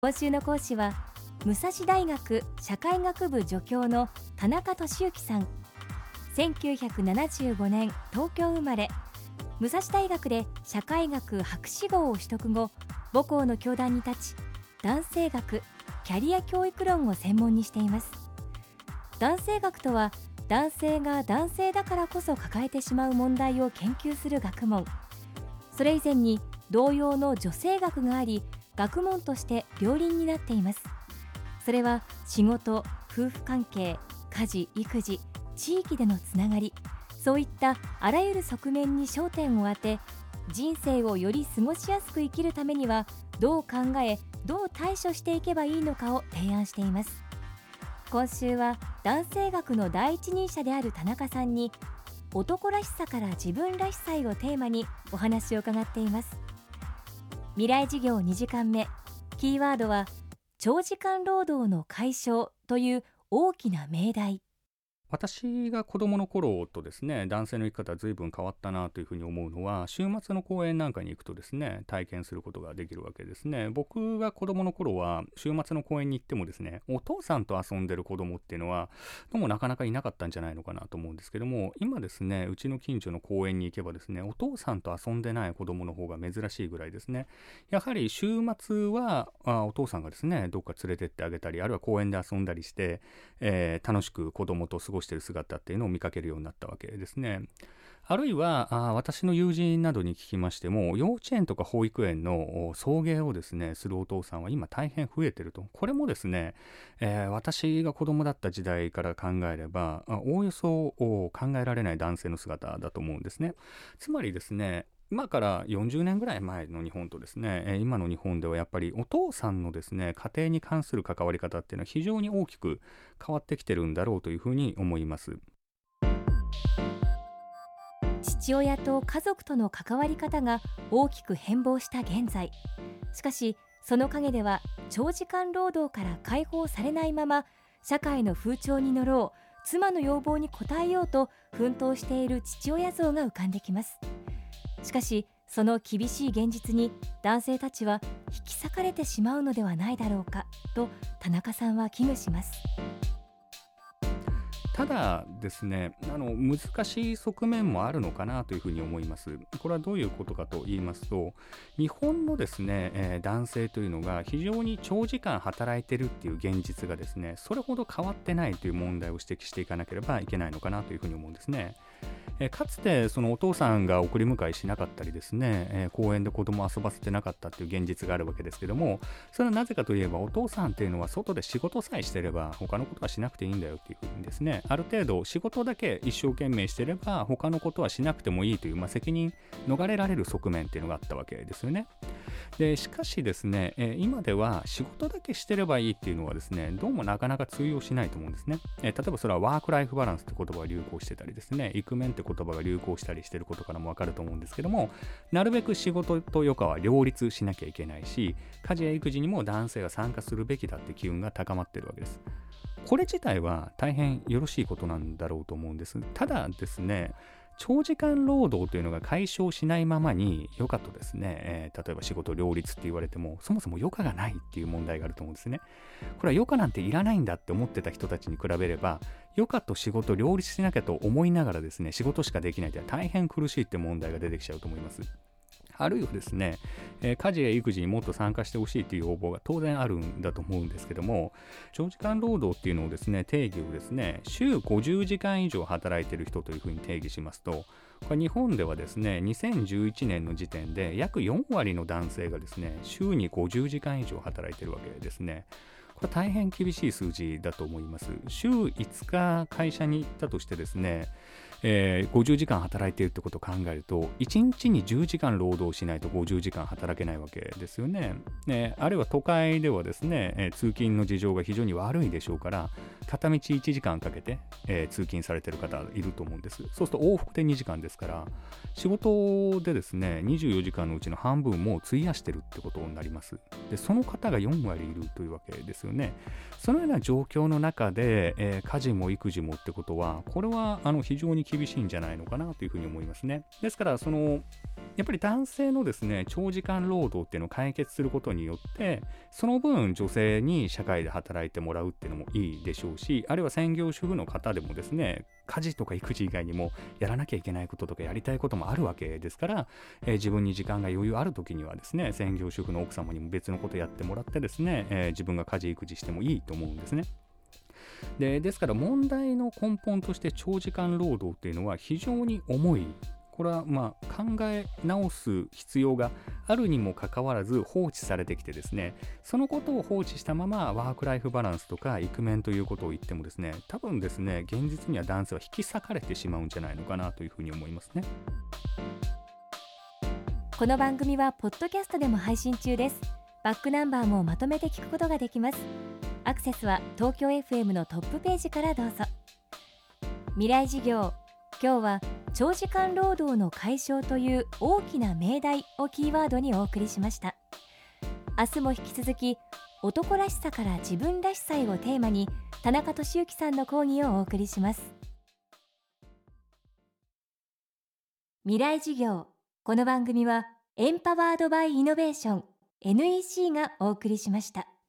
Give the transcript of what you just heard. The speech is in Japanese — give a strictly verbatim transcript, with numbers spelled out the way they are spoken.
今週の講師は武蔵大学社会学部助教の田中俊之さん。せんきゅうひゃくななじゅうごねん東京生まれ、武蔵大学で社会学博士号を取得後、母校の教壇に立ち、男性学、キャリア教育論を専門にしています。男性学とは、男性が男性だからこそ抱えてしまう問題を研究する学問。それ以前に同様の女性学があり、学問として両輪になっています。それは仕事、夫婦関係、家事、育児、地域でのつながり、そういったあらゆる側面に焦点を当て、人生をより過ごしやすく生きるためにはどう考え、どう対処していけばいいのかを提案しています。今週は男性学の第一人者である田中さんに、男らしさから自分らしさへをテーマにお話を伺っています。未来事業にじかんめ、キーワードは長時間労働の解消という大きな命題。 私が子供の頃とですね、男性の生き方は随分変わったなというふうに思うのは、週末の公園なんかに行くとですね、体験することができるわけですね。僕が子供の頃は週末の公園に行ってもですね、お父さんと遊んでる子供っていうのはどうもなかなかいなかったんじゃないのかなと思うんですけども、今ですね、うちの近所の公園に行けばですね、お父さんと遊んでない子供の方が珍しいぐらいですね。やはり週末はあお父さんがですね、どっか連れてってあげたり、あるいは公園で遊んだりして、えー、楽しく子供と過ごしている姿っていうのを見かけるようになったわけですね。あるいはあ私の友人などに聞きましても、幼稚園とか保育園の送迎をですねするお父さんは今大変増えてると。これもですね、えー、私が子供だった時代から考えればおおよそ考えられない男性の姿だと思うんですね。つまりですね、今からよんじゅうねんぐらい前の日本とですね、えー今の日本ではやっぱりお父さんのですね、家庭に関する関わり方っていうのは非常に大きく変わってきてるんだろうというふうに思います。 父親と家族との関わり方が大きく変貌した現在。しかし、その陰では長時間労働から解放されないまま、社会の風潮に乗ろう、妻の要望に応えようと奮闘している父親像が浮かんできます。しかし、その厳しい現実に男性たちは引き裂かれてしまうのではないだろうかと田中さんは危惧します。 ただですね、あの難しい側面もあるのかなというふうに思います。これはどういうことかと言いますと、日本のですね、えー男性というのが非常に長時間働いてるっていう現実がですね、それほど変わってないという問題を指摘していかなければいけないのかなというふうに思うんですね。えーかつてそのお父さんが送り迎えしなかったりですね、えー公園で子供を遊ばせてなかったっていう現実があるわけですけども、それはなぜかといえば、お父さんっていうのは外で仕事さえしてれば他のことはしなくていいんだよっていうふうにですね、ある程度仕事だけ一生懸命してれば他のことはしなくてもいいという、まあ、責任逃れられる側面っていうのがあったわけですよね。でしかしですね、えー今では仕事だけしてればいいっていうのはですね、どうもなかなか通用しないと思うんですね。えー例えばそれはワークライフバランスって言葉が流行してたりですね、イクメンって言葉が流行したりしてることからもわかると思うんですけども、なるべく仕事と余暇は両立しなきゃいけないし、家事や育児にも男性が参加するべきだって機運が高まってるわけです。これ自体は大変よろしいことなんだろうと思うんです。ただですね、長時間労働というのが解消しないままに余暇とですね、えー例えば仕事両立って言われても、そもそも余暇がないっていう問題があると思うんですね。これは余暇なんていらないんだって思ってた人たちに比べれば、余暇と仕事両立しなきゃと思いながらですね、仕事しかできないというのは大変苦しいって問題が出てきちゃうと思います。あるいはですね、えー家事や育児にもっと参加してほしいという要望が当然あるんだと思うんですけども、長時間労働っていうのをですね、定義をですね、週ごじゅうじかん以上働いている人というふうに定義しますと、これ日本ではですね、にせんじゅういちねんの時点で約よんわりの男性がですね、週にごじゅうじかん以上働いているわけですね。これ大変厳しい数字だと思います。週いつか会社に行ったとしてですね、えーごじゅうじかん働いているってことを考えると、いちにちにじゅうじかん労働しないとごじゅうじかん働けないわけですよね。ね、あるいは都会ではですね、えー通勤の事情が非常に悪いでしょうから、片道いちじかんかけて、えー通勤されている方いると思うんです。そうすると往復でにじかんですから、仕事でですね、にじゅうよじかんのうちの半分も費やしてるってことになります。で、その方がよんわりいるというわけですよね。 よね。そのような状況の中で、えー、家事も育児もってことは、これはあの非常に厳しいんじゃないのかなというふうに思いますね。ですから、そのやっぱり男性のですね、長時間労働っていうのを解決することによって、その分女性に社会で働いてもらうっていうのもいいでしょうし、あるいは専業主婦の方でもですね、家事とか育児以外にもやらなきゃいけないこととかやりたいこともあるわけですから、えー、自分に時間が余裕ある時にはですね、専業主婦の奥様にも別のことやってもらってですね、えー、自分が家事育児してもいいと思うんですね。で、ですから問題の根本として長時間労働っていうのは非常に重い。これはまあ考え直す必要があるにもかかわらず放置されてきてですね、そのことを放置したままワークライフバランスとかイクメンということを言ってもですね、多分ですね、現実には男性は引き裂かれてしまうんじゃないのかなというふうに思いますね。 この番組はポッドキャストでも配信中です。バックナンバーもまとめて聞くことができます。アクセスは東京 エフエム のトップページからどうぞ。未来事業、今日は長時間労働の解消という大きな命題をキーワードにお送りしました。明日も引き続き、男らしさから自分らしさへをテーマに、田中俊之さんの講義をお送りします。未来事業、この番組はエンパワードバイイノベーション エヌイーシー がお送りしました。